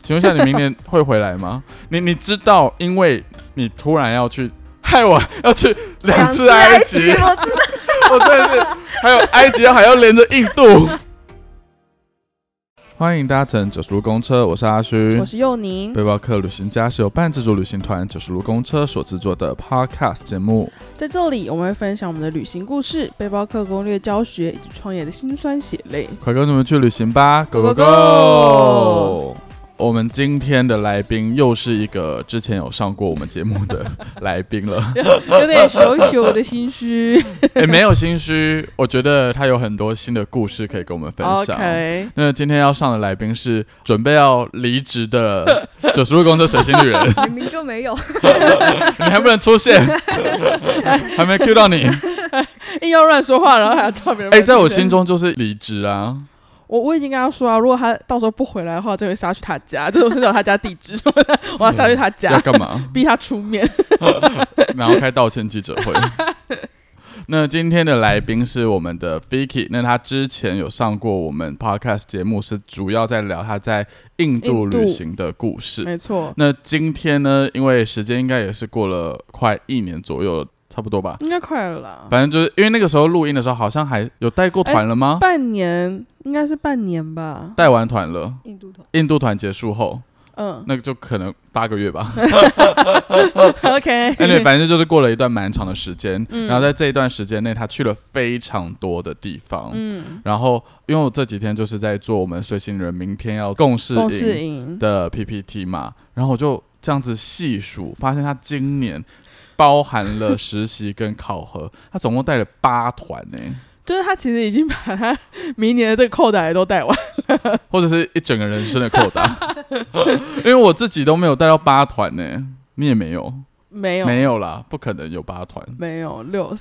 请问一下，你明年会回来吗？你知道，因为你突然要去，害我要去2次埃及，我真的是，还有埃及还要连着印度。欢迎搭乘90路公车，我是阿勋， 我是佑宁。 背包客旅行家是由半自助旅行团90路公车所制作的 Podcast 节目。 在这里，我们会分享我们的旅行故事、背包客攻略教学以及创业的辛酸血泪。 快跟我们去旅行吧 ，Go Go Go！ 我们今天的来宾又是一个之前有上过我们节目的来宾了， 有点羞羞的心虚。 没有心虚，我觉得他有很多新的故事可以跟我们分享。 Okay. 那今天要上的来宾是准备要离职的90路公车水星旅人， 明明就没有， 你还不能出现，还没 cue 到你， 硬要乱说话，然后还要叫别人。 在我心中就是离职啊。 我已经跟他说啊，如果他到时候不回来的话，就会下去他家，就是我甚至有他家地址什么的，我要下去他家， 要干嘛？ 逼他出面， 然后开道歉记者会。那今天的来宾是我们的 Vicky， 那他之前有上过我们 Podcast 节目，是主要在聊他在印度旅行的故事。 没错。 那今天呢，因为时间应该也是过了快1年左右了。差不多吧， 应该快了啦。 反正就是因为那个时候录音的时候，好像还有带过团了吗？ 半年，应该是半年吧。 带完团了， 印度团结束后，那个就可能8个月吧。 OK， 反正就是过了一段蛮长的时间，然后在这一段时间内，他去了非常多的地方。然后因为我这几天就是在做我们随行人明天要共识营的 PPT 嘛，然后我就这样子细数，发现他今年包含了实习跟考核，他总共带了8团呢。 就是他其实已经把他明年的这个扣打也都带完了， 或者是一整个人生的扣打。因为我自己都没有带到8团呢，你也没有？没有啦，不可能有8团， 没有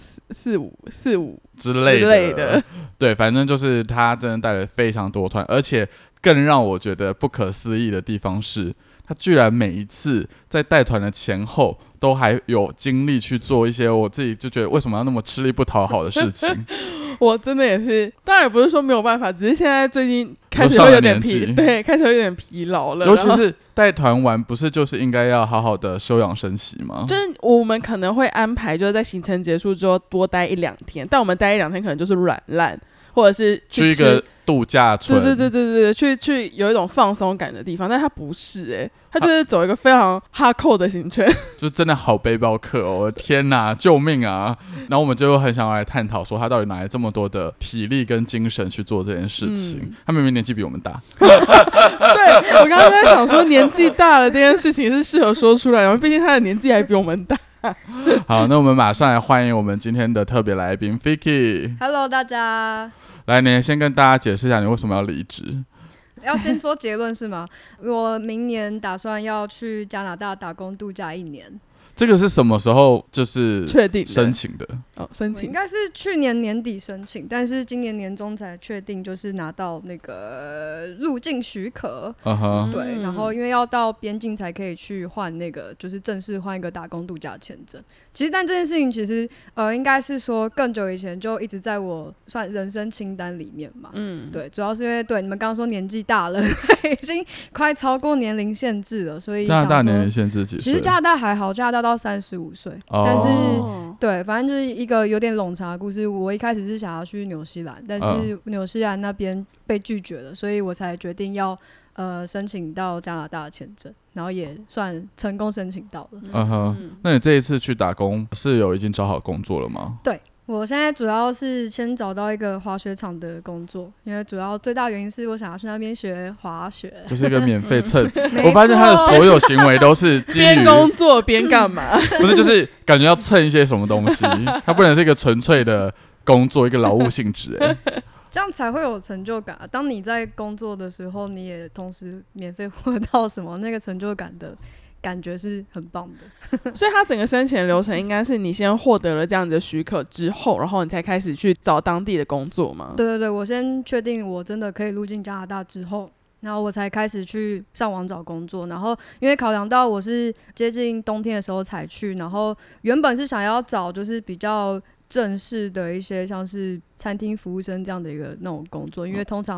6、4、5 之类的。对，反正就是他真的带了非常多团，而且更让我觉得不可思议的地方是，他居然每一次在带团的前后都还有精力去做一些我自己就觉得为什么要那么吃力不讨好的事情。 我真的也是，当然也不是说没有办法，只是现在最近开始会有点对，开始会有点疲劳了。 尤其是带团完，不是就是应该要好好的休养生息吗？ 就是我们可能会安排，就是在行程结束之后多待1-2天，但我们待1-2天可能就是软烂，或者是去一个度假村， 对，去有一种放松感的地方，但他不是他就是走一个非常哈扣的行程， 就真的好背包客哦！我的天哪，救命啊！然后我们就很想要来探讨说，他到底哪来这么多的体力跟精神去做这件事情？他明明年纪比我们大。 对，我刚刚在想说，年纪大了这件事情是适合说出来，然后毕竟他的年纪还比我们大。 好，那我们马上来欢迎我们今天的特别来宾 Vicky。Hello， 大家。 来，你先跟大家解释一下你为什么要离职。 要先说结论是吗？我明年打算要去加拿大打工度假1年。 这个是什么时候就是确定申请的？ 申请应该是去年年底申请，但是今年年中才确定，就是拿到那个入境许可。对，然后因为要到边境才可以去换那个，就是正式换一个打工度假签证。其实，但这件事情其实应该是说更久以前就一直在我算人生清单里面嘛。对，主要是因为对你们刚刚说年纪大了，已经快超过年龄限制了，所以加拿大年龄限制几岁？ 其实加拿大还好，加拿大到35岁，但是对，反正就是一个有点冗长的故事。我一开始是想要去纽西兰，但是纽西兰那边被拒绝了，所以我才决定要申请到加拿大的签证，然后也算成功申请到了。 那你这一次去打工是已经找好工作了吗？ 对。我现在主要是先找到一个滑雪场的工作，因为主要最大原因是我想要去那边学滑雪， 就是一个免费蹭。我发现他的所有行为都是基于边工作边干嘛？ 不是，就是感觉要蹭一些什么东西，他不能是一个纯粹的工作，一个劳务性质。 这样才会有成就感。当你在工作的时候，你也同时免费获到什么，那个成就感的感觉是很棒的。 所以他整个申请的流程应该是你先获得了这样子的许可之后，然后你才开始去找当地的工作吗？ 对，我先确定我真的可以入境加拿大之后，然后我才开始去上网找工作。然后因为考量到我是接近冬天的时候才去，然后原本是想要找就是比较正式的一些像是餐厅服务生这样的一个那种工作，因为通常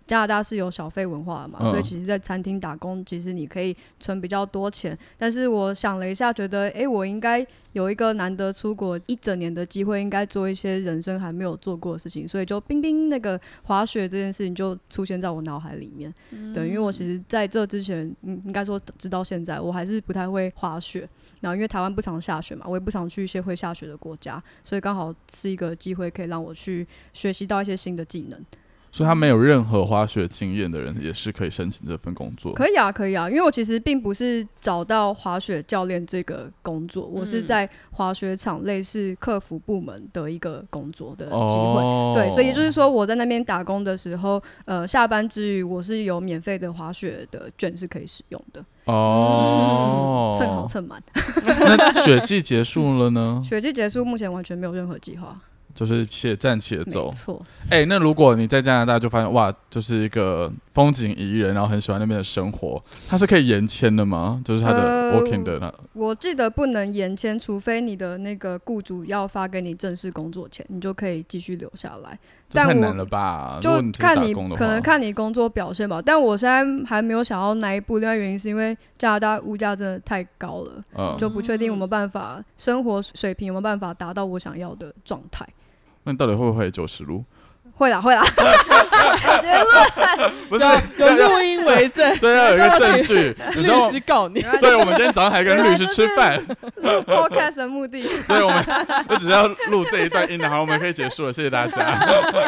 加拿大是有小费文化的嘛，所以其实在餐厅打工其实你可以存比较多钱，但是我想了一下觉得我应该有一个难得出国一整年的机会，应该做一些人生还没有做过的事情，所以就冰冰那个滑雪这件事情就出现在我脑海里面。对，因为我其实在这之前应该说直到现在我还是不太会滑雪，然后因为台湾不常下雪嘛，我也不常去一些会下雪的国家，所以刚好是一个机会可以让我去学习到一些新的技能。 所以他没有任何滑雪经验的人也是可以申请这份工作？ 可以啊，可以啊，因为我其实并不是找到滑雪教练这个工作，我是在滑雪场类似客服部门的一个工作的机会。对，所以就是说我在那边打工的时候，下班之余我是有免费的滑雪的券是可以使用的。蹭好蹭满。 那雪季结束了呢？ 雪季结束，目前完全没有任何计划。 就是且战且走， 没错。 那如果你在加拿大就发现哇，就是一个风景宜人，然后很喜欢那边的生活，它是可以延签的吗？就是它的 working 的我记得不能延签，除非你的那个雇主要发给你正式工作签，你就可以继续留下来。 这太难了吧？ 就看你可能看你工作表现吧。但我现在还没有想要那一步，另外原因是因为加拿大物价真的太高了，就不确定有没有办法生活水平有没有办法达到我想要的状态。 那你到底会不会90路？ 会啦。结论不是有录音为证， 对，要有一个证据。 律师告你。 对，我们今天早上还跟律师吃饭。 podcast 的目的。 对，我们就只要录这一段音的，好，我们可以结束了，谢谢大家。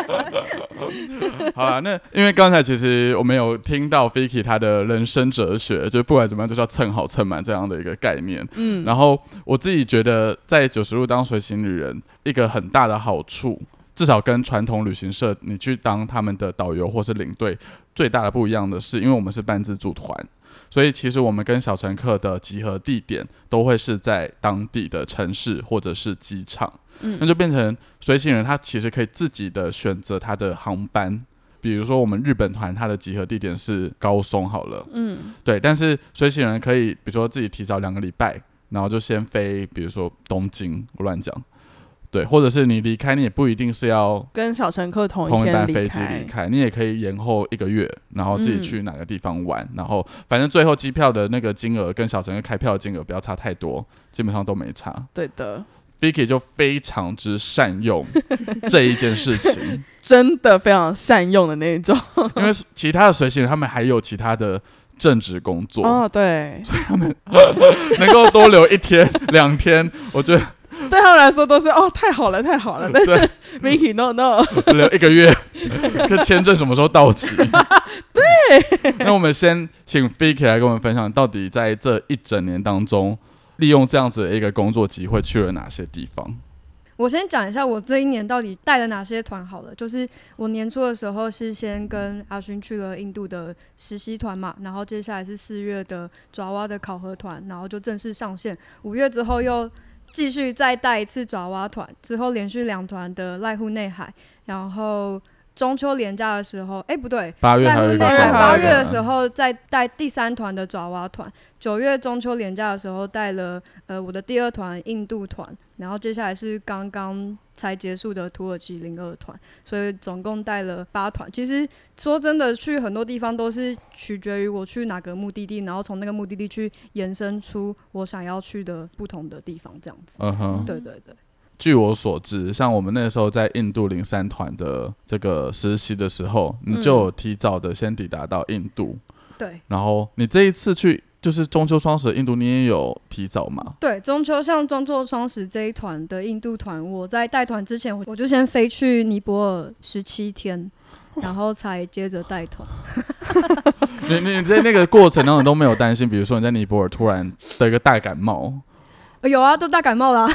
好啦，那因为刚才其实我们有听到 Vicky 她的人生哲学，就是不管怎么样就是要蹭好蹭满这样的一个概念。然后我自己觉得在90路当随行旅人一个很大的好处，至少跟传统旅行社你去当他们的导游或是领队最大的不一样的是，因为我们是半自助团，所以其实我们跟小乘客的集合地点都会是在当地的城市或者是机场。那就变成随行人他其实可以自己的选择他的航班，比如说我们日本团它的集合地点是高松好了，对，但是随行人可以比如说自己提早2个礼拜，然后就先飞比如说东京，我乱讲，对，或者是你离开你也不一定是要跟小乘客同一班飞机离开，你也可以延后1个月，然后自己去哪个地方玩，然后反正最后机票的那个金额跟小乘客开票的金额不要差太多，基本上都没差。 对的。 Vicky 就非常之善用这一件事情， 真的非常善用的那一种。 因为其他的随行人他们还有其他的正职工作， 对， 所以他们能够多留1天2天，我觉得对他们来说都是太好了。 对 Vicky no 留1个月，这签证什么时候到期？对，那我们先请 Vicky 来跟我们分享，到底在这一整年当中，利用这样子的一个工作机会去了哪些地方？ 我先讲一下我这一年到底带了哪些团好了。就是我年初的时候是先跟阿勋去了印度的实习团嘛，然后接下来是4月的爪哇的考核团，然后就正式上线。5月之后又继续再带一次爪哇团，之后连续2团的濑户内海，然后中秋连假的时候，不对 ，8月还有一个 8月的时候再带第3团的爪哇团，9月中秋连假的时候带了我的第2团印度团，然后接下来是刚刚才结束的土耳其02团，所以总共带了8团。其实说真的，去很多地方都是取决于我去哪个目的地，然后从那个目的地去延伸出我想要去的不同的地方，这样子。对对对。 据我所知，像我们那时候在印度03团的这个实习的时候，你就有提早的先抵达到印度。 对。 然后你这一次去就是中秋双十的印度，你也有提早吗？ 对，像中秋双十这一团的印度团，我在带团之前我就先飞去尼泊尔17天，然后才接着带团。 你在那个过程当中都没有担心，比如说你在尼泊尔突然得一个大感冒？ 有啊，都大感冒啦。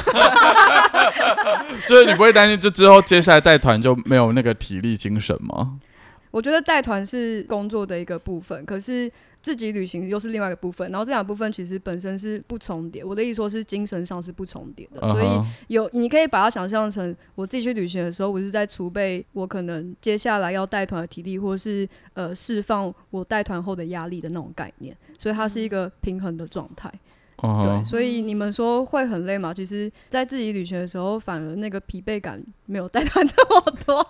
就是你不会担心，就之后接下来带团就没有那个体力精神吗？ 我觉得带团是工作的一个部分，可是自己旅行又是另外一个部分，然后这两个部分其实本身是不重叠。我的意思说是精神上是不重叠的，所以你可以把它想象成我自己去旅行的时候，我是在储备我可能接下来要带团的体力，或是释放我带团后的压力的那种概念，所以它是一个平衡的状态。 对，所以你们说会很累吗？其实在自己旅行的时候，反而那个疲惫感没有带团这么多。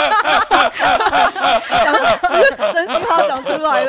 真心话讲出来了。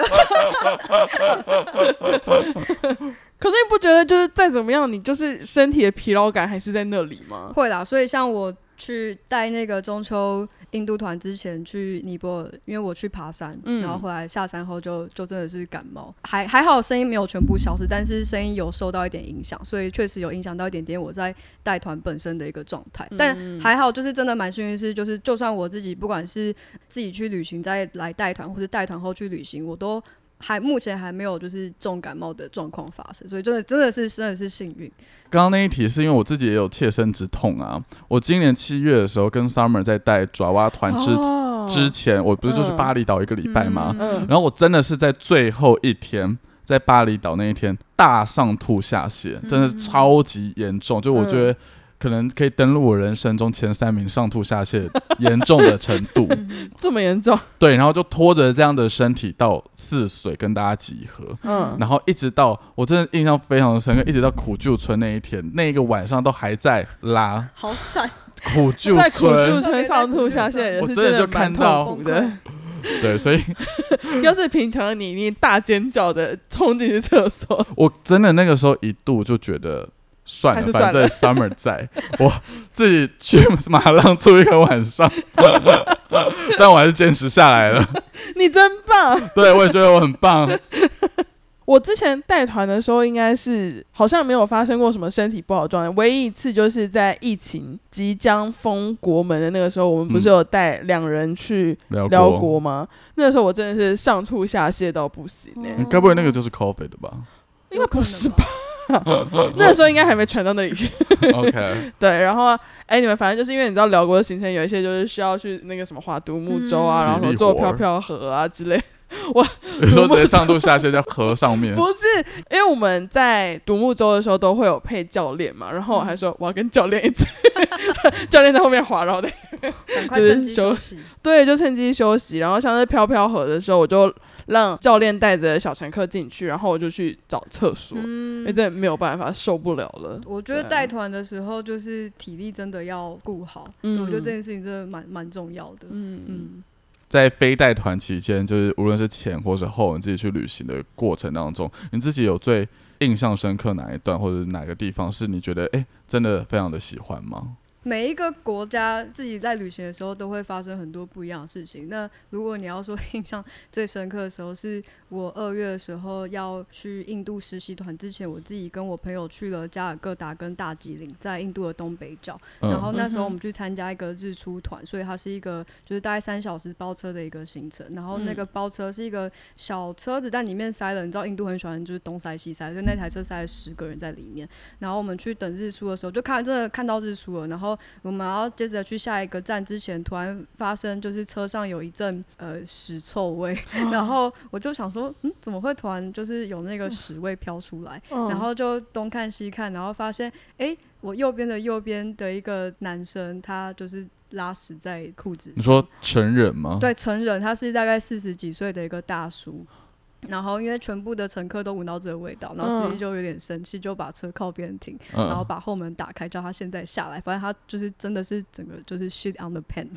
可是你不觉得就是再怎么样，你就是身体的疲劳感还是在那里吗？ 会啦，所以像我去带那个中秋印度团之前去尼泊尔，因为我去爬山，然后回来下山后就真的是感冒，还好声音没有全部消失，但是声音有受到一点影响，所以确实有影响到一点点我在带团本身的一个状态。但还好，就是真的蛮幸运是，就是就算我自己不管是自己去旅行再来带团，或是带团后去旅行，我都目前还没有就是重感冒的状况发生，所以真的是幸运。 刚刚那一题是因为我自己也有切身之痛啊。我今年7月的时候跟 Summer 在带爪哇团之前，我不是就是巴厘岛1个礼拜吗？然后我真的是在最后一天，在巴厘岛那一天大上吐下泻，真的是超级严重，就我觉得可能可以登录我人生中前3名上吐下泻严重的程度。 这么严重？ 对，然后就拖着这样的身体到泗水跟大家集合，然后一直到我真的印象非常深刻，一直到苦旧村那一天，那一个晚上都还在拉， 好惨。 苦旧村， 在苦旧村上吐下泻也是真的蛮痛苦的。 对，所以要是平常你大尖叫的冲进去厕所， 我真的那个时候一度就觉得算了，反正 Summer 在，我自己去马浪住1个晚上，但我还是坚持下来了。 你真棒！ 对，我也觉得我很棒。 我之前带团的时候，应该是好像没有发生过什么身体不好的状态，唯一一次就是在疫情即将封国门的那个时候，我们不是有带2人去辽国吗？那个时候我真的是上吐下泻到不行该不会那个就是 COVID 的吧？ 应该不是吧？那个时候应该还没传到那里去。 OK， 对，然后你们反正就是因为你知道辽国的行程有一些就是需要去那个什么划独木舟啊，然后做飘飘河啊之类。 你说直接上吐下泻在河上面？ 不是，因为我们在独木舟的时候都会有配教练嘛，然后我还说我要跟教练一起，教练在后面滑，然后赶快趁机休息。 对，就趁机休息。然后像是飘飘河的时候，我就让教练带着小乘客进去，然后我就去找厕所，因为真的没有办法，受不了了。 我觉得带团的时候就是体力真的要顾好，我觉得这件事情真的蛮重要的。 在非带团期间，就是无论是前或是后，你自己去旅行的过程当中，你自己有最印象深刻哪一段，或者哪个地方是你觉得真的非常的喜欢吗？ 每一个国家自己在旅行的时候都会发生很多不一样的事情。那如果你要说印象最深刻的时候，是我2月的时候要去印度实习团之前，我自己跟我朋友去了加尔各答跟大吉岭，在印度的东北角。然后那时候我们去参加一个日出团，所以它是一个就是大概3小时包车的一个行程。然后那个包车是一个小车子，但里面塞了，你知道印度很喜欢就是东塞西塞，所以那台车塞了10个人在里面。然后我们去等日出的时候，就真的看到日出了，然后我们要接着去下一个站之前，突然发生就是车上有一阵屎臭味，然后我就想说，怎么会突然就是有那个屎味飘出来？然后就东看西看，然后发现，我右边的一个男生，他就是拉屎在裤子上。 你说成人吗？ 对，成人，他是大概40几岁的一个大叔。然后因为全部的乘客都闻到这个味道，然后司机就有点生气，就把车靠边停，然后把后门打开，叫他现在下来。反正他就是真的是整个就是 shit on the pan。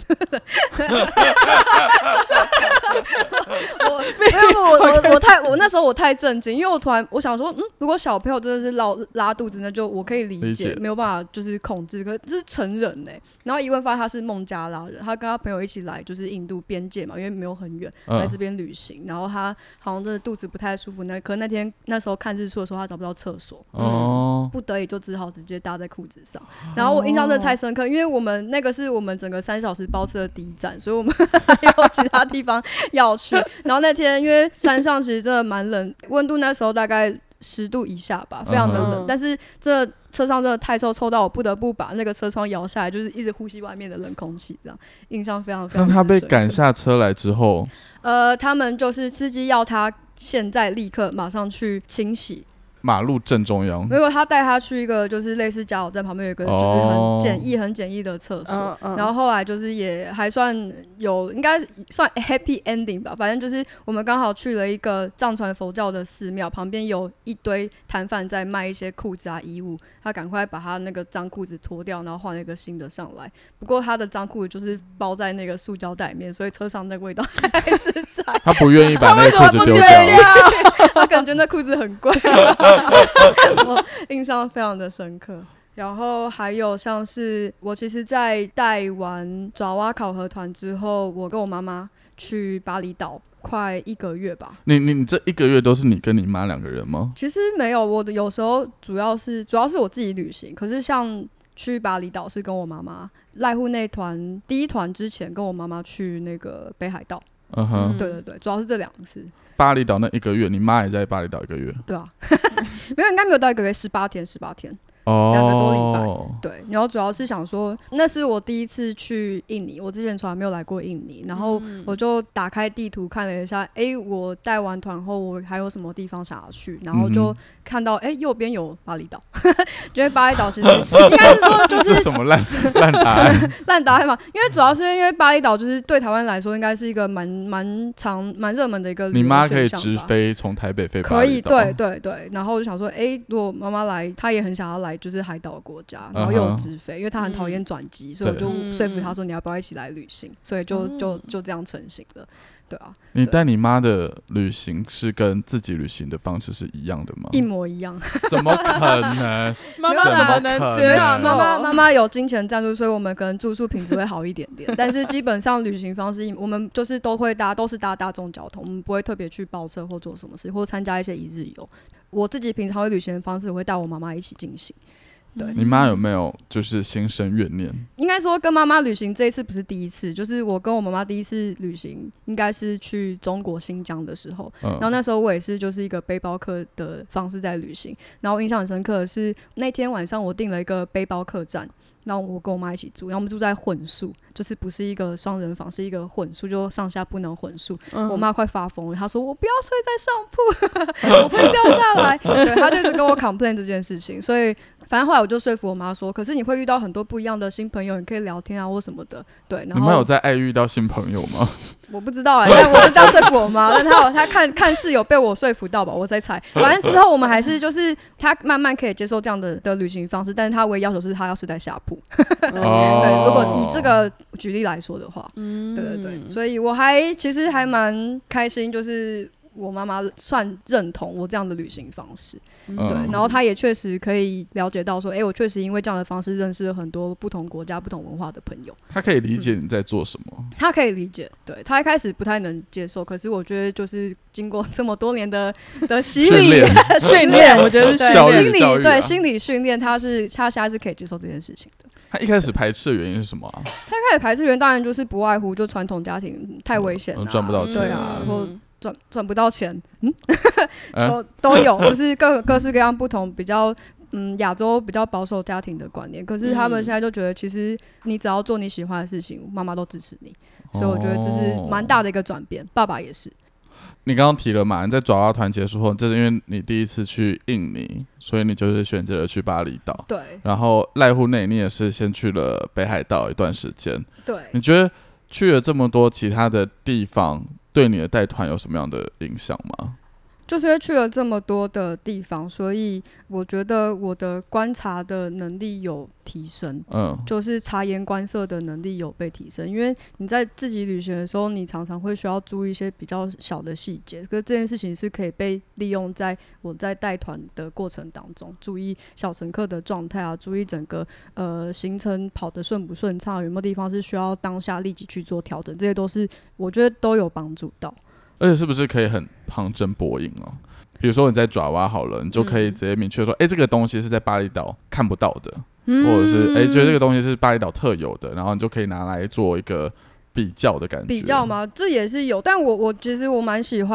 我那时候我太震惊，因为我突然我想说，如果小朋友真的是拉肚子，那就我可以理解，没有办法就是控制。可是这是成人然后一问发现他是孟加拉人，他跟他朋友一起来就是印度边界嘛，因为没有很远，来这边旅行。然后他好像真的肚子不太舒服，可是那时候看日出的时候他找不到厕所，不得已就只好直接搭在裤子上。然后我印象真的太深刻，因为我们那个是我们整个3小时包车的第一站，所以我们还有其他地方要去。然后那天因为山上其实真的蛮冷，温度那时候大概10度以下吧，非常的冷。但是这车上真的太臭到我不得不把那个车窗摇下来，就是一直呼吸外面的冷空气，这样印象非常非常深刻。 那他被赶下车来之后， 他们就是司机要他现在立刻马上去清洗马路正中央。 没有，他带他去一个就是类似加油站旁边有一个就是很简易的厕所，然后后来就是也还算有，应该算 happy ending 吧。反正就是我们刚好去了一个藏传佛教的寺庙，旁边有一堆摊贩在卖一些裤子啊衣物，他赶快把他那个脏裤子脱掉，然后换了一个新的上来。不过他的脏裤子就是包在那个塑胶袋里面，所以车上那个味道还是在。 他不愿意把那个裤子丢掉， 他感觉那裤子很贵。我印象非常的深刻。然后还有像是我其实在带完爪哇考核团之后，我跟我妈妈去巴厘岛快1个月吧。 你这1个月都是你跟你妈2个人吗？ 其实没有，我有时候主要是我自己旅行，可是像去巴厘岛是跟我妈妈，濑户那团第一团之前跟我妈妈去那个北海道。对对对，主要是这2次。 巴厘岛那1个月，你妈也在巴厘岛1个月？ 对啊，没有，应该没有到1个月，18天。2个多礼拜，对。然后主要是想说，那是我第一次去印尼，我之前从来没有来过印尼。然后我就打开地图看了一下，我带完团后我还有什么地方想要去，然后就看到右边有巴厘岛，觉得巴厘岛其实应该是说就是什么烂答案烂答案嘛，因为主要是因为巴厘岛就是对台湾来说应该是一个蛮热门的一个旅游选项吧。 你妈可以直飞从台北飞巴厘岛？ 可以，对。然后我就想说，如果妈妈来，她也很想要来。就是海岛国家，然后又有直飞，因为他很讨厌转机，所以我就说服他说你要不要一起来旅行，所以就这样成型了，对啊。 你带你妈的旅行是跟自己旅行的方式是一样的吗？ 一模一样。 怎么可能？ 妈妈怎么能接受？ 妈妈有金钱赞助，所以我们可能住宿品质会好一点点，但是基本上旅行方式我们就是都是搭大众交通，我们不会特别去包车或做什么事，或参加一些一日游。我自己平常会旅行的方式，我会带我妈妈一起进行。对， 你妈有没有就是心生怨念？ 应该说跟妈妈旅行这一次不是第一次，就是我跟我妈妈第一次旅行应该是去中国新疆的时候，然后那时候我也是就是一个背包客的方式在旅行，然后印象很深刻的是那天晚上我订了一个背包客栈，然后我跟我妈一起住，然后我们住在混宿，就是不是一个双人房，是一个混宿，就上下不能混宿。我妈快发疯了，她说我不要睡在上铺，我会掉下来。对，她就一直跟我 complain 这件事情，所以反正后来我就说服我妈说，可是你会遇到很多不一样的新朋友，你可以聊天啊或什么的。对，然后你妈有在爱遇到新朋友吗？ 我不知道但我就这样说服我妈，但她看似有被我说服到吧，我在猜。反正之后我们还是就是她慢慢可以接受这样的旅行方式，但是她唯一要求是她要睡在下铺。对，如果以这个举例来说的话，对，所以我其实还蛮开心，就是我妈妈算认同我这样的旅行方式，对，然后她也确实可以了解到说，我确实因为这样的方式认识了很多不同国家、不同文化的朋友。 她可以理解你在做什么， 她可以理解，对，她一开始不太能接受，可是我觉得就是经过这么多年的洗礼训练，我觉得是心理训练，她现在是可以接受这件事情的。 他一开始排斥的原因是什么啊？ 他一开始排斥原因当然就是不外乎就传统家庭太危险赚不到钱， 对啊，或赚不到钱，都有，就是各式各样不同比较亚洲比较保守家庭的观念。可是他们现在就觉得，其实你只要做你喜欢的事情，妈妈都支持你，所以我觉得这是蛮大的一个转变。爸爸也是。 你刚刚提了嘛，你在爪哇团结束后，这是因为你第一次去印尼，所以你就是选择了去巴厘岛。 对。 然后濑户内你也是先去了北海道一段时间。 对。 你觉得去了这么多其他的地方，对你的带团有什么样的影响吗？ 就是因为去了这么多的地方，所以我觉得我的观察的能力有提升，就是察言观色的能力有被提升。因为你在自己旅行的时候，你常常会需要注意一些比较小的细节，可是这件事情是可以被利用在我在带团的过程当中，注意小乘客的状态啊，注意整个行程跑得顺不顺畅，有没有地方是需要当下立即去做调整，这些都是我觉得都有帮助到。而且是不是可以很旁征博引哦？比如说你在爪哇好了，你就可以直接明确说，这个东西是在巴厘岛看不到的，或者是觉得这个东西是巴厘岛特有的，然后你就可以拿来做一个比较的感觉。 比较吗？这也是有，但我其实我蛮喜欢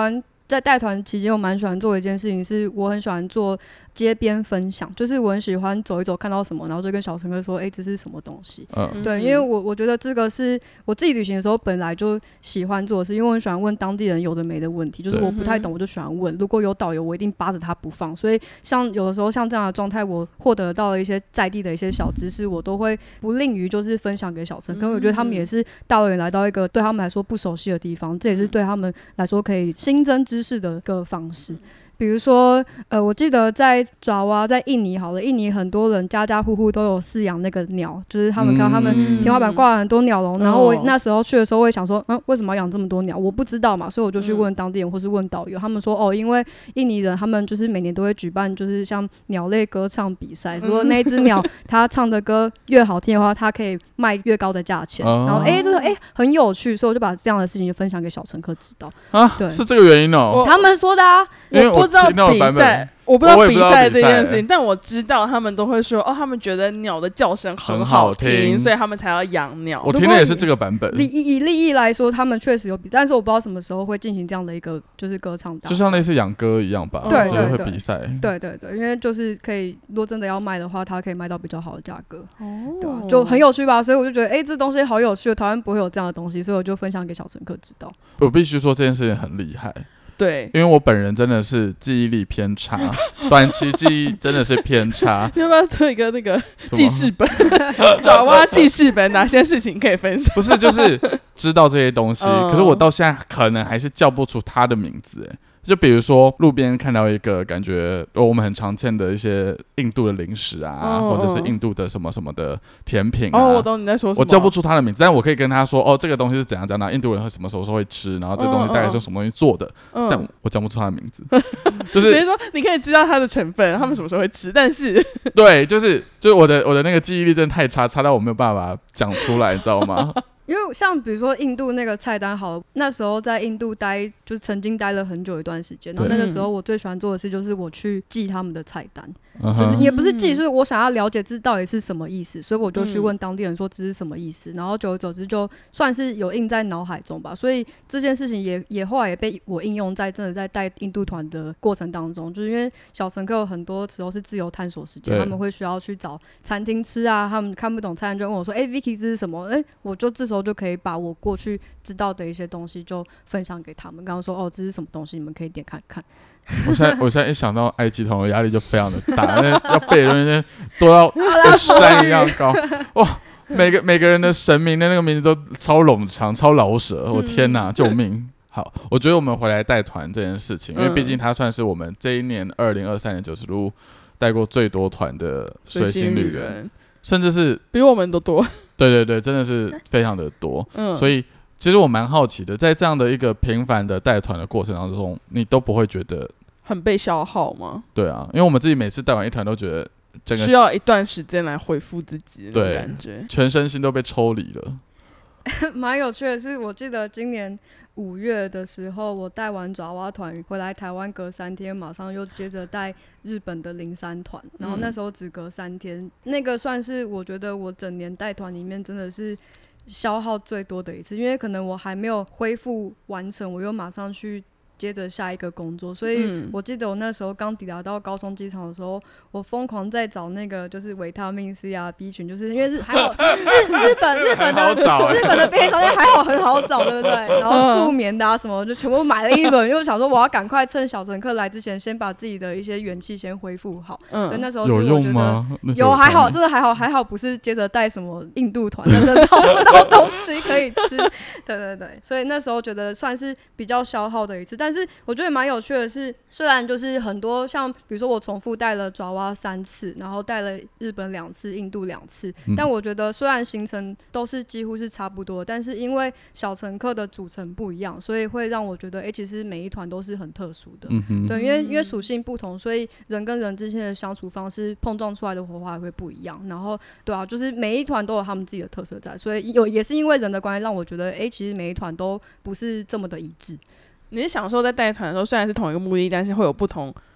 在带团期间我蛮喜欢做的一件事情是我很喜欢做街边分享，就是我很喜欢走一走看到什么然后就跟小乘客说这是什么东西。对，因为我觉得这个是我自己旅行的时候本来就喜欢做的事，因为我很喜欢问当地人有的没的问题，就是我不太懂我就喜欢问，如果有导游我一定扒着他不放，所以像有的时候像这样的状态我获得到了一些在地的一些小知识，我都会不吝于就是分享给小乘客，我觉得他们也是大老远来到一个对他们来说不熟悉的地方，这也是对他们来说可以新增知识的一个方式。比如说我记得在爪哇在印尼好了，印尼很多人家家户户都有饲养那个鸟，就是他们看到他们天花板挂了很多鸟笼，然后我那时候去的时候我也想说为什么要养这么多鸟，我不知道嘛，所以我就去问当地人或是问导游，他们说因为印尼人他们就是每年都会举办就是像鸟类歌唱比赛，说那一只鸟它唱的歌越好听的话它可以卖越高的价钱，然后这个很有趣，所以我就把这样的事情分享给小乘客知道对， 是这个原因他们说的啊， 我不知道比赛，我不知道比赛这件事情，但我知道他们都会说他们觉得鸟的叫声很好听，所以他们才要养鸟。 我听的也是这个版本。 以利益来说，他们确实有比，但是我不知道什么时候会进行这样的一个就是歌唱大赛， 就像类似养歌一样吧， 对对，会比赛。 对对对，因为就是可以，如果真的要卖的话，它可以卖到比较好的价格，对吧？就很有趣吧，所以我就觉得这东西好有趣，台湾不会有这样的东西，所以我就分享给小乘客知道。 我必须说这件事情很厉害。 对， 因为我本人真的是记忆力偏差，短期记忆真的是偏差。 你要不要做一个那个记事本？爪哇记事本，哪些事情可以分享？ 不是，就是知道这些东西，可是我到现在可能还是叫不出他的名字。就比如说路边看到一个感觉我们很常见的一些印度的零食啊，或者是印度的什么什么的甜品啊， 我懂你在说什么。 我叫不出它的名字，但我可以跟他说这个东西是怎样怎样，印度人会什么时候会吃，然后这个东西大概是什么东西做的，但我讲不出它的名字。就是比如说你可以知道它的成分，他们什么时候会吃，但是对，就是我的那个记忆力真的太差到我没有办法讲出来，你知道吗？ 因为像比如说印度那个菜单好了，那时候在印度待就是曾经待了很久一段时间，然后那个时候我最喜欢做的事就是我去记他们的菜单，就是也不是记，就是我想要了解这到底是什么意思，所以我就去问当地人说这是什么意思，然后久而久之就算是有印在脑海中吧，所以这件事情也后来也被我应用在真的在带印度团的过程当中，就是因为小乘客很多时候是自由探索时间，他们会需要去找餐厅吃啊，他们看不懂菜单就问我说Vicky 这是什么，我就这时候就可以把我过去知道的一些东西就分享给他们，刚刚说这是什么东西，你们可以点看看。 我现在一想到埃及团，我压力就非常的大，要背的东西都要跟山一样高哇！每个人的神明的那个名字都超冗长、超老舍，我天哪，救命！好，我觉得我们回来带团这件事情，因为毕竟它算是我们这一年2023年90路带过最多团的随行旅人，甚至是比我们都多。 对对对，真的是非常的多。所以其实我蛮好奇的，在这样的一个频繁的带团的过程当中，你都不会觉得很被消耗吗？ 对啊，因为我们自己每次带完一团都觉得整个需要一段时间来恢复自己的那种感觉， 全身心都被抽离了。 蛮有趣的是，我记得今年5月的时候，我带完爪哇团回来台湾，隔3天马上又接着带日本的03团，然后那时候只隔3天，那个算是我觉得我整年带团里面真的是消耗最多的一次，因为可能我还没有恢复完成，我又马上去接着下一个工作，所以我记得我那时候刚抵达到高松机场的时候，我疯狂在找那个就是维他命 C 啊 B 群，就是因为还好日本的便利商店还好很好找，对不对？然后助眠的啊什么就全部买了一轮，因为我想说我要赶快趁小乘客来之前，先把自己的一些元气先恢复好。对，那时候是我觉得有用吗？ 有还好，真的还好不是接着带什么印度团，真的找不到东西可以吃。对对对，所以那时候觉得算是比较消耗的一次。但是我觉得蛮有趣的是，虽然就是很多像比如说我重复带了爪哇3次，然后带了日本2次，印度2次，但我觉得虽然行程都是几乎是差不多，但是因为小乘客的组成不一样，所以会让我觉得其实每一团都是很特殊的。对，因为属性不同，所以人跟人之间的相处方式碰撞出来的火花也会不一样。然后对啊，就是每一团都有他们自己的特色在，所以也是因为人的关系让我觉得其实每一团都不是这么的一致。 你是享受在带团的时候，虽然是同一个目的，但是会有不同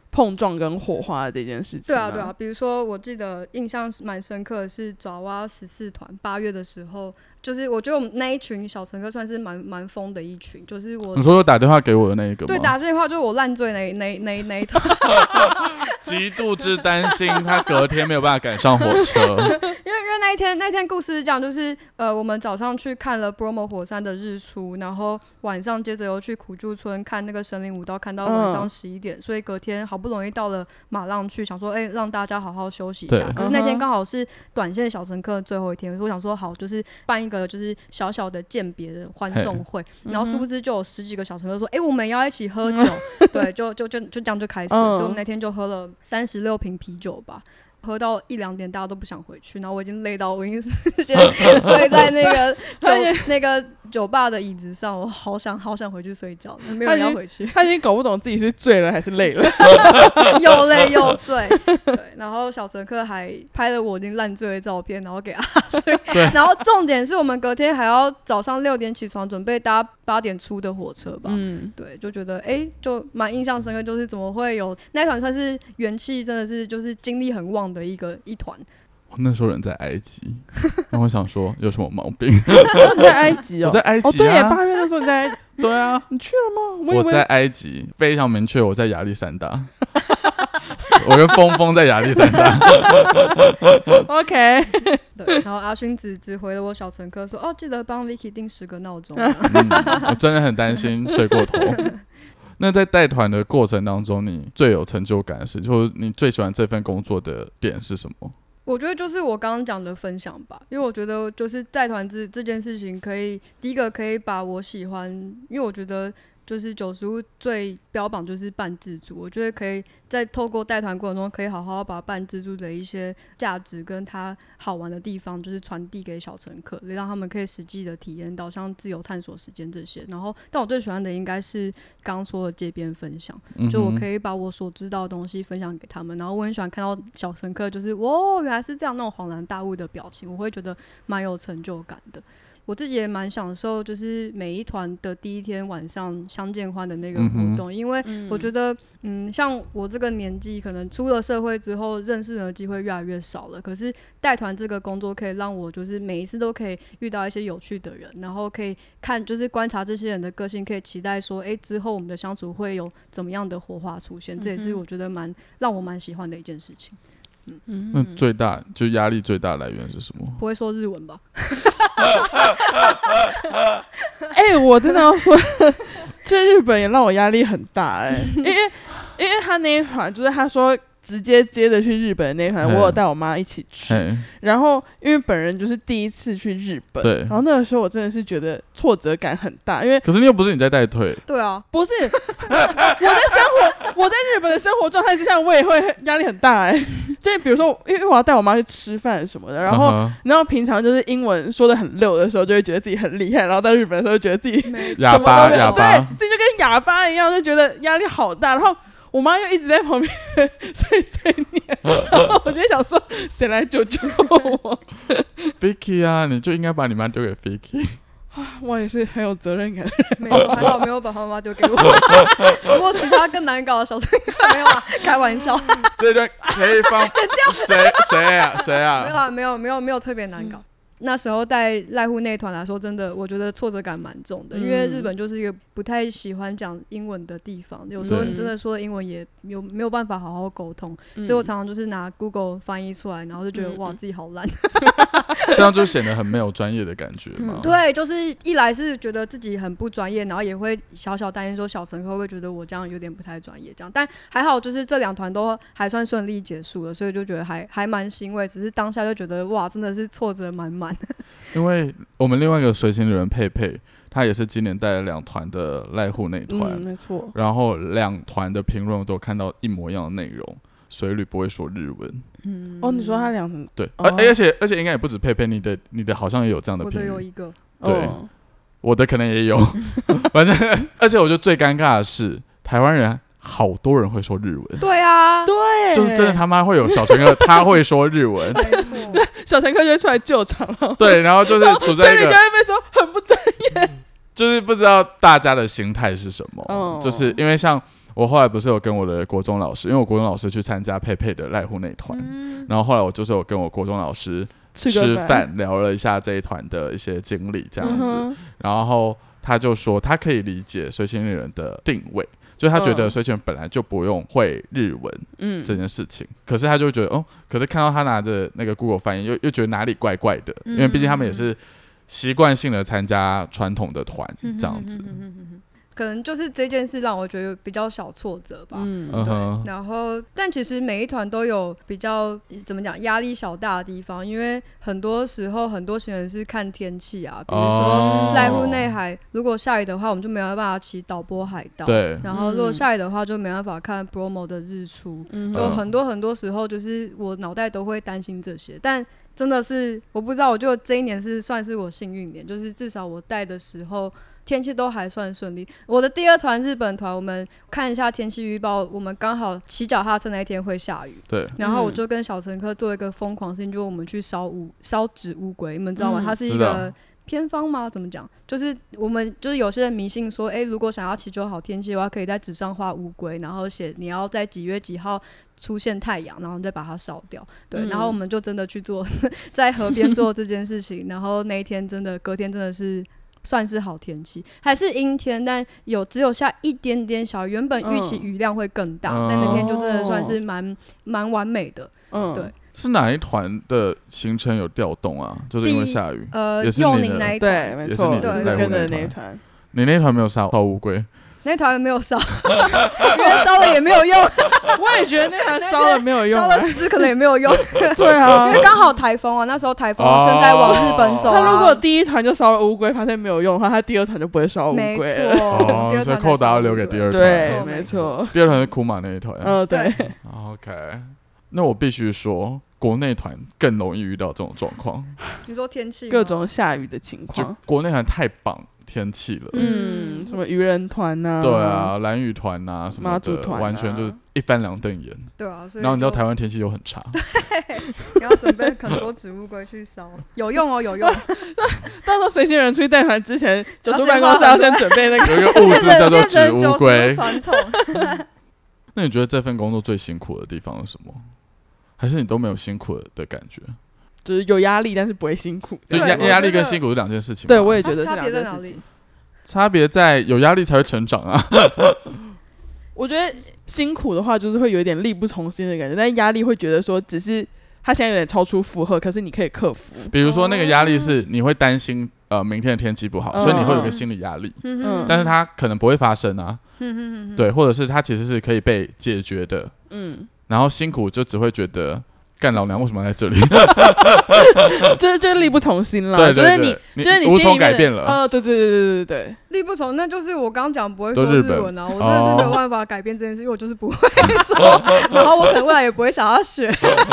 碰撞跟火花的这件事情。 对啊对啊，比如说我记得印象蛮深刻的是爪哇14团8月的时候，就是我觉得我们那一群小乘客算是蛮疯的一群，就是你说打电话给我的那一个吗？ 对，打电话就是我烂醉那一团极度之担心他隔天没有办法赶上火车因为那天故事是这样，就是我们早上去看了 Bromo 火山的日出，然后晚上接着又去苦住村看那个神灵舞蹈，看到晚上11点，所以隔天好不容易到了马浪去，想说让大家好好休息一下。可是那天刚好是短线小乘客最后一天，所以我想说好，就是办一个就是小小的饯别的欢送会，然后殊不知就有10几个小乘客说我们要一起喝酒对，就这样就开始所以我们那天就喝了36瓶啤酒吧，喝到1、2点大家都不想回去，然后我已经累到我已经先睡在那个酒吧的椅子上，我好想回去睡觉，没有人要回去。 他已经搞不懂自己是醉了还是累了又累又醉对，然后小乘客还拍了我已经烂醉的照片然后给阿水然后重点是我们隔天还要早上6点起床准备搭8点出的火车吧。对，就觉得就蛮印象深刻，就是怎么会有那一团算是元气真的是就是精力很旺的一团。 我那时候人在埃及，然后我想说有什么毛病？ 你在埃及哦？ 我在埃及啊。 对耶，8月的时候你在埃及。 对啊。 你去了吗？ 我在埃及，非常明确，我在亚历山大。我跟峰在亚历山大。 OK。 对，然后阿勋只回了我小乘客说记得帮 Vicky 定10个闹钟。 我真的很担心睡过头。那在带团的过程当中，你最有成就感的事，就是你最喜欢这份工作的点是什么？ 我觉得就是我刚刚讲的分享吧，因为我觉得就是带团这件事情第一个可以把我喜欢，因为我觉得就是九十五最标榜就是半自助，我觉得可以在透过带团过程中可以好好把半自助的一些价值跟它好玩的地方就是传递给小乘客，让他们可以实际的体验到像自由探索时间这些。然后但我最喜欢的应该是刚刚说的街边分享，就我可以把我所知道的东西分享给他们，然后我很喜欢看到小乘客就是原来是这样那种恍然大悟的表情，我会觉得蛮有成就感的。我自己也蛮享受就是每一团的第一天晚上相见欢的那个活动，因为我觉得像我这个年纪可能出了社会之后认识人的机会越来越少了，可是带团这个工作可以让我就是每一次都可以遇到一些有趣的人，然后可以看就是观察这些人的个性，可以期待说之后我们的相处会有怎么样的火花出现，这也是我觉得让我蛮喜欢的一件事情。 那最大就压力最大的来源是什么？ 不会说日文吧？ 我真的要说去日本也让我压力很大因为他那一团就是他说直接接着去日本的那一团，我有带我妈一起去，然后因为本人就是第一次去日本，对，然后那个时候我真的是觉得挫折感很大，因为可是又不是你在带队。 对啊， 不是我在日本的生活状态之下，我也会压力很大就比如说因为我要带我妈去吃饭什么的，然后然后平常就是英文说的很溜的时候就会觉得自己很厉害，然后在日本的时候就觉得自己哑巴，对， 自己就跟哑巴一样，就觉得压力好大，然后我妈又一直在旁边碎碎念，然后我就想说谁来救救我 Vicky 啊，你就应该把你妈丢给 Vicky。 我也是很有责任感的人， 没有，还好没有把他妈丢给我。不过其他更难搞的小乘客没有啊，开玩笑。 这段可以放剪掉。谁啊？ 没有特别难搞。那时候带濑户那一团来说，真的我觉得挫折感蛮重的，因为日本就是一个不太喜欢讲英文的地方，有时候你真的说的英文也没有办法好好沟通，所以我常常就是拿 Google 翻译出来，然后就觉得哇自己好烂， 这样就显得很没有专业的感觉嘛。 对，就是一来是觉得自己很不专业，然后也会小小担心说小乘客会不会觉得我这样有点不太专业这样，但还好就是这2团都还算顺利结束了，所以就觉得还蛮欣慰，只是当下就觉得哇真的是挫折满满。 因为我们另外一个随行的人佩佩，他也是今年带了2团的濑户那团， 没错。然后2团的评论都看到一模一样的内容，水旅不会说日文。 你说他2团对，而且应该也不止佩佩，你的好像也有这样的评论。 我的有一个， 对，我的可能也有，反正而且我觉得最尴尬的是台湾人。好多人会说日文， 对啊， 对， 就是真的他妈会有小乘客他会说日文， 对，小乘客就会出来救场了， 对，然后就是处在一个， 所以你就会被说很不专业， 就是不知道大家的心态是什么，就是因为像我后来不是有跟我的国中老师，因为我国中老师去参加佩佩的濑户内团，然后后来我就是有跟我国中老师吃饭聊了一下这一团的一些经历这样子，然后他就说他可以理解随行人的定位，就他觉得随行人本来就不用会日文这件事情，可是他就觉得可是看到他拿着那个 Google 翻译又觉得哪里怪怪的，因为毕竟他们也是习惯性的参加传统的团这样子。 可能就是这件事让我觉得比较小挫折吧，对。然后，但其实每一团都有比较怎么讲压力小大的地方，因为很多时候很多行人是看天气啊，比如说濑户内海，如果下雨的话，我们就没有办法骑岛波海道， 对。 然后如果下雨的话，就没办法看 Bromo 的日出，有很多时候就是我脑袋都会担心这些，但真的是我不知道，我觉得这一年是算是我幸运年，就是至少我带的时候天气都还算顺利。我的第二团日本团，我们看一下天气预报，我们刚好骑脚踏车那一天会下雨， 对。 然后我就跟小乘客做一个疯狂事情，就是我们去烧纸乌龟，你们知道吗？它是一个偏方吗？怎么讲？就是我们就是有些人迷信说，如果想要祈求好天气的话，可以在纸上画乌龟，然后写你要在几月几号出现太阳，然后再把它烧掉。对，然后我们就真的去做，在河边做这件事情。然后那一天隔天真的是算是好天气，还是阴天，但只有下一点点小雨，原本预期雨量会更大，但那天就真的算是蛮完美的。对。 是哪一团的行程有调动啊？就是因为下雨。也是幼宁那一团， 对，没错， 对， 跟着那一团。 你那团没有烧乌龟？ 那团没有烧，因为烧了也没有用。 我也觉得那团烧了没有用， 烧了10只可能也没有用。 对啊， 因为刚好台风啊，那时候台风正在往日本走。 他如果第一团就烧了乌龟，发现没有用的话，他第二团就不会烧乌龟了。 没错， 所以扣打要留给第二团。 对，没错。 第二团是库马那一团。 对。 OK， 那我必须说，国内团更容易遇到这种状况。 你说天气， 各种下雨的情况， 国内团太绑天气了。 什么渔人团啊， 对啊，蓝屿团啊，什么的马祖团， 完全就是一翻两瞪眼。 对啊，所以然后你知道台湾天气又很差， 对，你要准备很多纸乌龟去烧，有用哦，有用。 到时候随行人出去带团之前，九叔办公室要先准备那个有一个物质叫做纸乌龟。 传统。 那你觉得这份工作最辛苦的地方是什么？还是你都没有辛苦的感觉？ 就是有压力，但是不会辛苦。 对，压力跟辛苦是两件事情。 对，我也觉得是两件事情。 差别在有压力才会成长啊。 我觉得辛苦的话，就是会有一点力不从心的感觉，但压力会觉得说，只是他现在有点超出负荷，可是你可以克服。 比如说那个压力是你会担心明天的天气不好，所以你会有个心理压力，但是它可能不会发生啊。对，或者是它其实是可以被解决的。然后辛苦就只会觉得干老娘为什么在这里？ 就是力不从心了。 对对对， 就是你无从改变了。 对， 力不从，那就是我刚刚讲不会说日文啊，我真的是没有办法改变这件事，因为我就是不会说，然后我可能未来也不会想要学。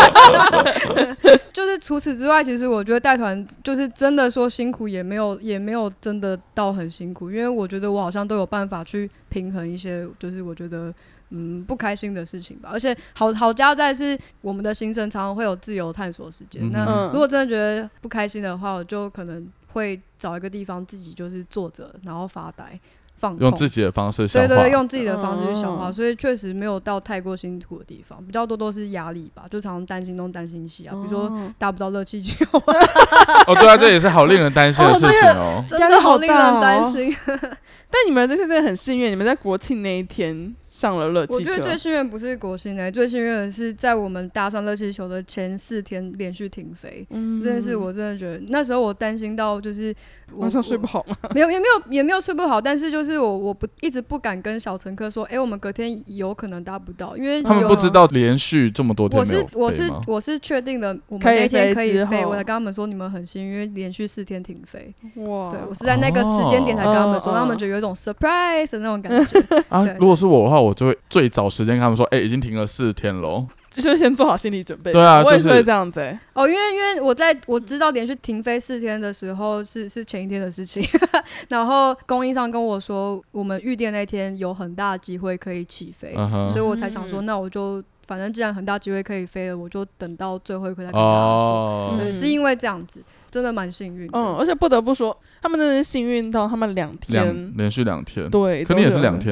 就是除此之外，其实我觉得带团就是真的说辛苦，也没有真的到很辛苦，因为我觉得我好像都有办法去平衡一些，就是我觉得。不开心的事情吧，而且好加在是我们的行程常常会有自由探索时间。那如果真的觉得不开心的话，我就可能会找一个地方自己就是坐着，然后发呆。放空， 用自己的方式消化， 对，用自己的方式去消化，所以确实没有到太过辛苦的地方，比较多都是压力吧，就常常担心东担心西啊，比如说搭不到热气球。 对啊，这也是好令人担心的事情哦， 真的好令人担心。 但你们这次真的很幸运，你们在国庆那一天上了热气球。 我觉得最幸运不是国庆最幸运的是在我们搭上热气球的前4天连续停飞。真的是我真的觉得那时候我担心到就是晚上睡不好吗？ 也没有睡不好，但是就是我一直不敢跟小乘客说，我们隔天有可能搭不到，因为他们不知道连续这么多天没有飞吗？ 我是确定的，我们那天可以飞，我才跟他们说你们很幸运，因为连续4天停飞。哇！对，我是在那个时间点才跟他们说，让他们觉得有一种 surprise 的那种感觉。 啊，如果是我的话，我就会最早时间跟他们说，已经停了4天了。 就是先做好心理准备。 对啊， 我也是会这样子。 因为我知道连续停飞4天的时候是前一天的事情，然后供应商跟我说，我们预定那天有很大的机会可以起飞，所以我才想说，那我就反正既然很大机会可以飞了，我就等到最后一刻再跟大家说。对，是因为这样子，真的蛮幸运的。 而且不得不说，他们真的是幸运到他们2天连续2天。 对， 可你也是2天啊。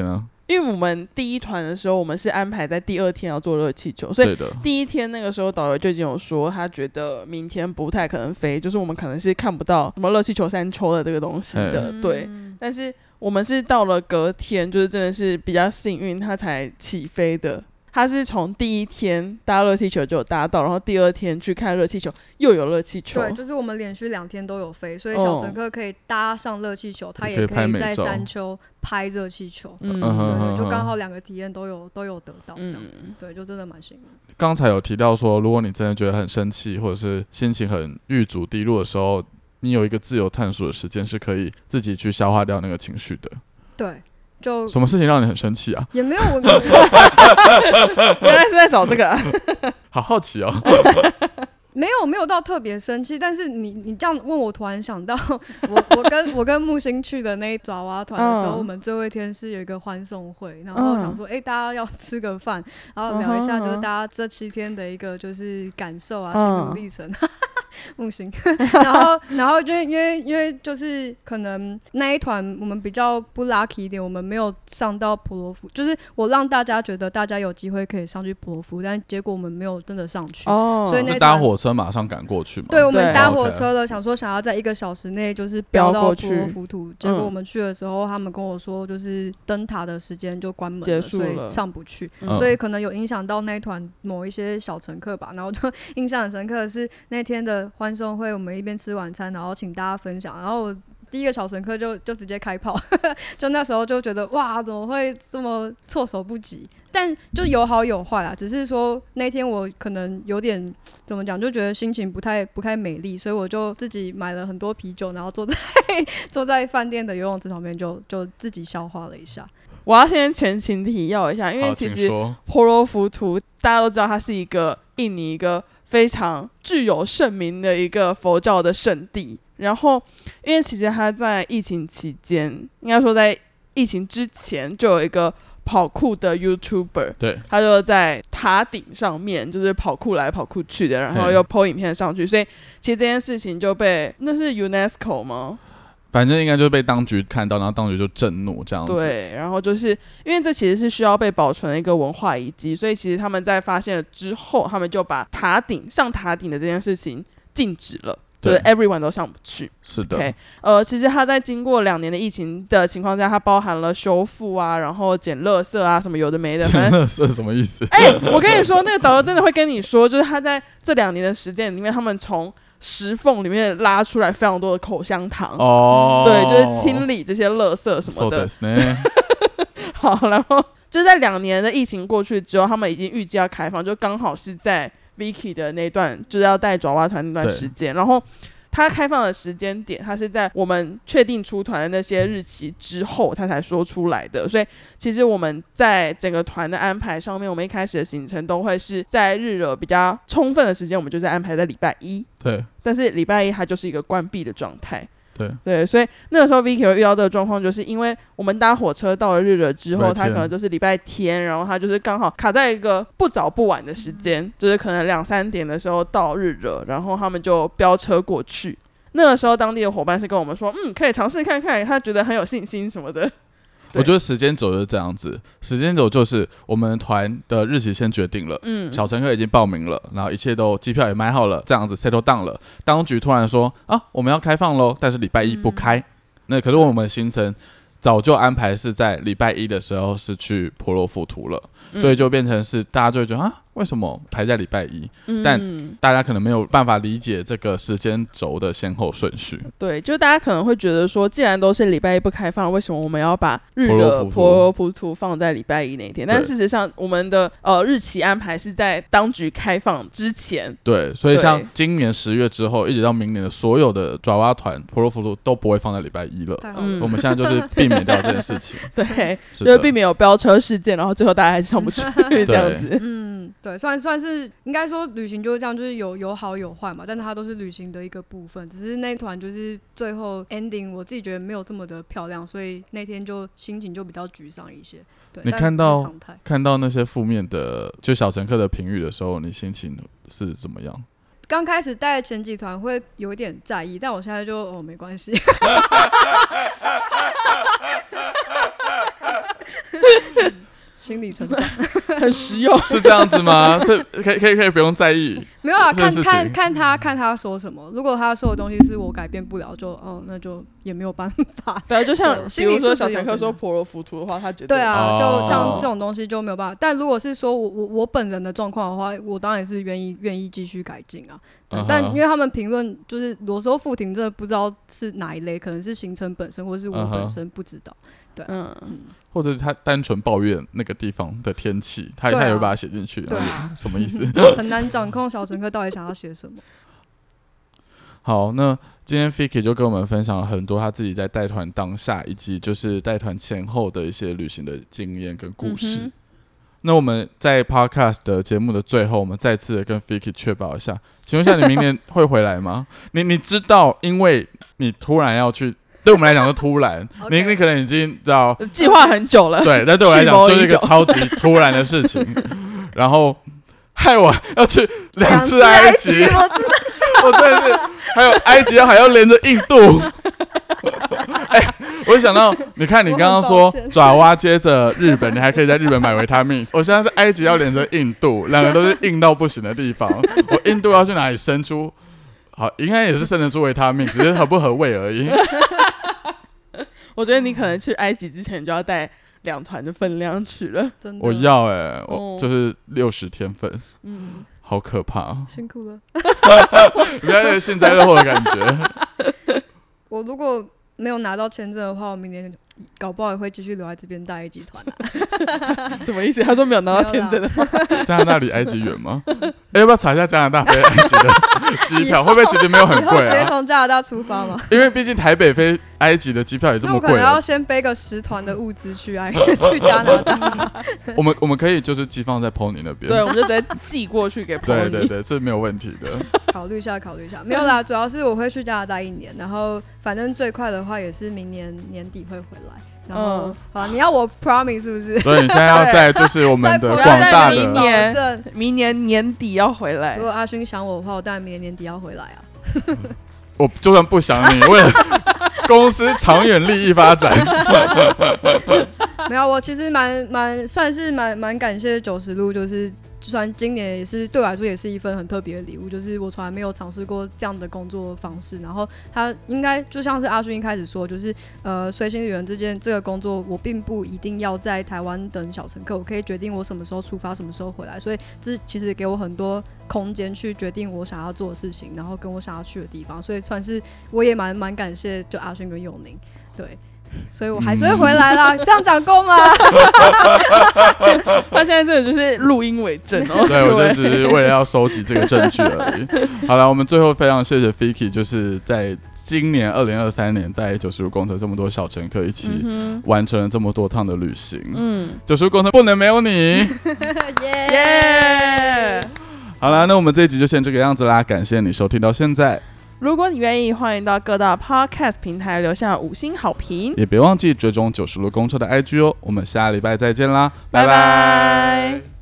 因为我们第一团的时候，我们是安排在第2天要坐热气球，所以第1天那个时候导游就已经有说，他觉得明天不太可能飞，就是我们可能是看不到什么热气球山丘的这个东西的，对。但是我们是到了隔天，就是真的是比较幸运，它才起飞的。他是从第1天搭热气球就有搭到，然后第2天去看热气球又有热气球。 对，就是我们连续2天都有飞，所以小乘客可以搭上热气球，他也可以在山丘拍热气球。对，就刚好2个体验都有得到这样。对，就真的蛮幸运。 刚才有提到说，如果你真的觉得很生气，或者是心情很郁卒低落的时候，你有一个自由探索的时间，是可以自己去消化掉那个情绪的。 对。就什么事情让你很生气啊？ 也没有，我原来是在找这个， 好好奇哦。 没有到特别生气，但是你这样问我，突然想到我跟木星去的那爪哇团的时候，我们最后一天是有一个欢送会，然后想说大家要吃个饭，然后聊一下就是大家这7天的一个就是感受啊，心路历程。木星，然后就因为就是可能那一团我们比较不 lucky 一点，我们没有上到普罗夫，就是我让大家觉得大家有机会可以上去普罗夫，但结果我们没有真的上去，所以那搭火车马上赶过去嘛。 对，我们搭火车了，想要在1个小时内就是飙到普罗夫图，结果我们去的时候，他们跟我说就是灯塔的时间就关门了， 结束了， 所以上不去，所以可能有影响到那一团某一些小乘客吧。然后就印象很深刻的是那天的欢送会，我们一边吃晚餐，然后请大家分享，然后我第1个小乘客就直接开炮就那时候就觉得哇，怎么会这么措手不及，但就有好有坏啦，只是说那天我可能有点怎么讲，就觉得心情不太美丽，所以我就自己买了很多啤酒，然后坐在饭店的游泳池旁边就自己消化了一下。 我要先前情提要一下，因为其实婆罗浮屠大家都知道它是一个印尼一个非常具有盛名的一个佛教的圣地，然后因为其实它在疫情期间，应该说在疫情之前就有一个跑酷的 YouTuber， 对， 他就在塔顶上面就是跑酷来跑酷去的，然后又 po 影片上去，所以其实这件事情就被那是 UNESCO 吗？ 反正应该就是被当局看到，然后当局就震怒这样子。 对，然后就是因为这其实是需要被保存的一个文化遗迹，所以其实他们在发现了之后，他们就把上塔顶的这件事情禁止了，就是 everyone 都上不去。 是的。 Okay， 其实它在经过2年的疫情的情况下，它包含了修复啊，然后捡垃圾啊，什么有的没的。 捡垃圾什么意思？ 我跟你说，那个导游真的会跟你说，就是他在这2年的时间里面，他们从石缝里面拉出来非常多的口香糖，对，就是清理这些垃圾什么的。好，然后就在2年的疫情过去之后，他们已经预计要开放，就刚好是在 Vicky 的那段就是要带爪哇团那段时间，然后他开放的时间点，他是在我们确定出团的那些日期之后他才说出来的，所以其实我们在整个团的安排上面，我们一开始的行程都会是在日惹比较充分的时间，我们就是安排在礼拜1， 对， 但是礼拜1它就是一个关闭的状态。 对， 所以那个时候 Vicky 会遇到这个状况，就是因为我们搭火车到了日惹之后，他可能就是礼拜天，然后他就是刚好卡在一个不早不晚的时间，就是可能2-3点的时候到日惹，然后他们就飙车过去。那个时候当地的伙伴是跟我们说，可以尝试看看，他觉得很有信心什么的。 我觉得时间轴就是这样子，时间轴就是我们团的日期先决定了，小乘客已经报名了，然后一切都机票也买好了，这样子 settle down 了。当局突然说我们要开放咯，但是礼拜1不开，那可是我们的行程早就安排是在礼拜1的时候是去婆罗浮屠了，所以就变成是大家就会觉得为什么排在礼拜1？但大家可能没有办法理解这个时间轴的先后顺序。对， 就大家可能会觉得说，既然都是礼拜1不开放，为什么我们要把日惹婆罗浮屠放在礼拜1那一天？但事实上，我们的日期安排是在当局开放之前。 对，所以像今年10月之后，一直到明年的所有的爪哇团婆罗浮屠都不会放在礼拜1了。我们现在就是避免掉这件事情。 对，就是避免有飙车事件，然后最后大家还是上不去这样子。 对，算是应该说旅行就是这样，就是有好有坏嘛，但它都是旅行的一个部分。只是那一团就是最后 ending， 我自己觉得没有这么的漂亮，所以那天就心情就比较沮丧一些。对， 你看到那些负面的就小乘客的评语的时候，你心情是怎么样？ 刚开始带前几团会有一点在意，但我现在就没关系。 心理成长很实用， 是这样子吗？是可以不用在意？ 没有啊，看他说什么。如果他说的东西是我改变不了，那就也没有办法。 对，就像比如说小乘客说婆罗浮屠的话，他觉得对啊，就像这种东西就没有办法。但如果是说我本人的状况的话，我当然是愿意继续改进啊。但因为他们评论就是有时候附停真的不知道是哪一类，可能是行程本身，或是我本身不知道。对， 或者他单纯抱怨那个地方的天气，他也会把它写进去， 对啊， 什么意思？ 很难掌控小乘客到底想要写什么。 好，那今天 Vicky 就跟我们分享了很多他自己在带团当下以及就是带团前后的一些旅行的经验跟故事。那我们在 Podcast 的节目的最後，我们再次的跟 Vicky 确保一下，请问一下你明年会回来吗？你知道，因为你突然要去，对我们来讲是突然，你可能已经知道计划很久了， 对，但对我来讲就是一个超级突然的事情，然后害我要去2次埃及，我真的是还有埃及还要连着印度。我想到，你看你刚刚说爪哇接着日本，你还可以在日本买维他命。我现在是埃及要连着印度，两个都是硬到不行的地方。我印度要去哪里生出？好，应该也是生得出维他命，只是合不合胃而已。 我觉得你可能去埃及之前就要带2团的分量去了。 真的， 我要我就是60天份。好可怕， 辛苦了。 不要有幸灾乐祸的感觉。 我如果没有拿到签证的话，我明年搞不好也会继续留在这边带埃及团啊。 什么意思？他说没有拿到签证的话， 加拿大离埃及远吗？要不要查一下加拿大飞埃及的机票？会不会其实没有很贵啊？ 直接从加拿大出发吗？ 因为毕竟台北飞埃及的机票也这么贵， 那我可能要先背个10团的物资去加拿大。 我们可以就是寄放在 Pony 那边， 对，我们就直接寄过去给 Pony。 对，这没有问题的。 考虑一下，没有啦，主要是我会去加拿大1年，然后反正最快的话也是明年年底会回来。然后好，你要我 promise 是不是？ 所以你现在要在就是我们的广大的明年年底要回来。 如果阿勋想我的话，我当然明年年底要回来啊。 我就算不想你，为了公司长远利益发展。 没有，我其实算是蛮感谢90路，就是虽然今年也是对我来说也是一份很特别的礼物，就是我从来没有尝试过这样的工作方式。然后他应该就像是阿勋一开始说，就是随行旅人这个工作，我并不一定要在台湾等小乘客，我可以决定我什么时候出发，什么时候回来。所以这其实给我很多空间去决定我想要做的事情，然后跟我想要去的地方。所以算是我也蛮感谢就阿勋跟佑宁，对。所以我还是会回来啦，这样讲够吗？ 他现在真的就是录音为证哦。 对，我就只是为了要收集这个证据而已。好了，我们最后非常谢谢 Vicky， 就是在今年2023年带90路公车这么多小乘客一起完成了这么多趟的旅行。90路公车不能没有你。 耶！ 好了，那我们这一集就先这个样子啦，感谢你收听到现在。 如果你愿意，欢迎到各大 podcast 平台留下5星好评， 也别忘记追踪90路公车的 IG 哦。我们下礼拜再见啦，拜拜。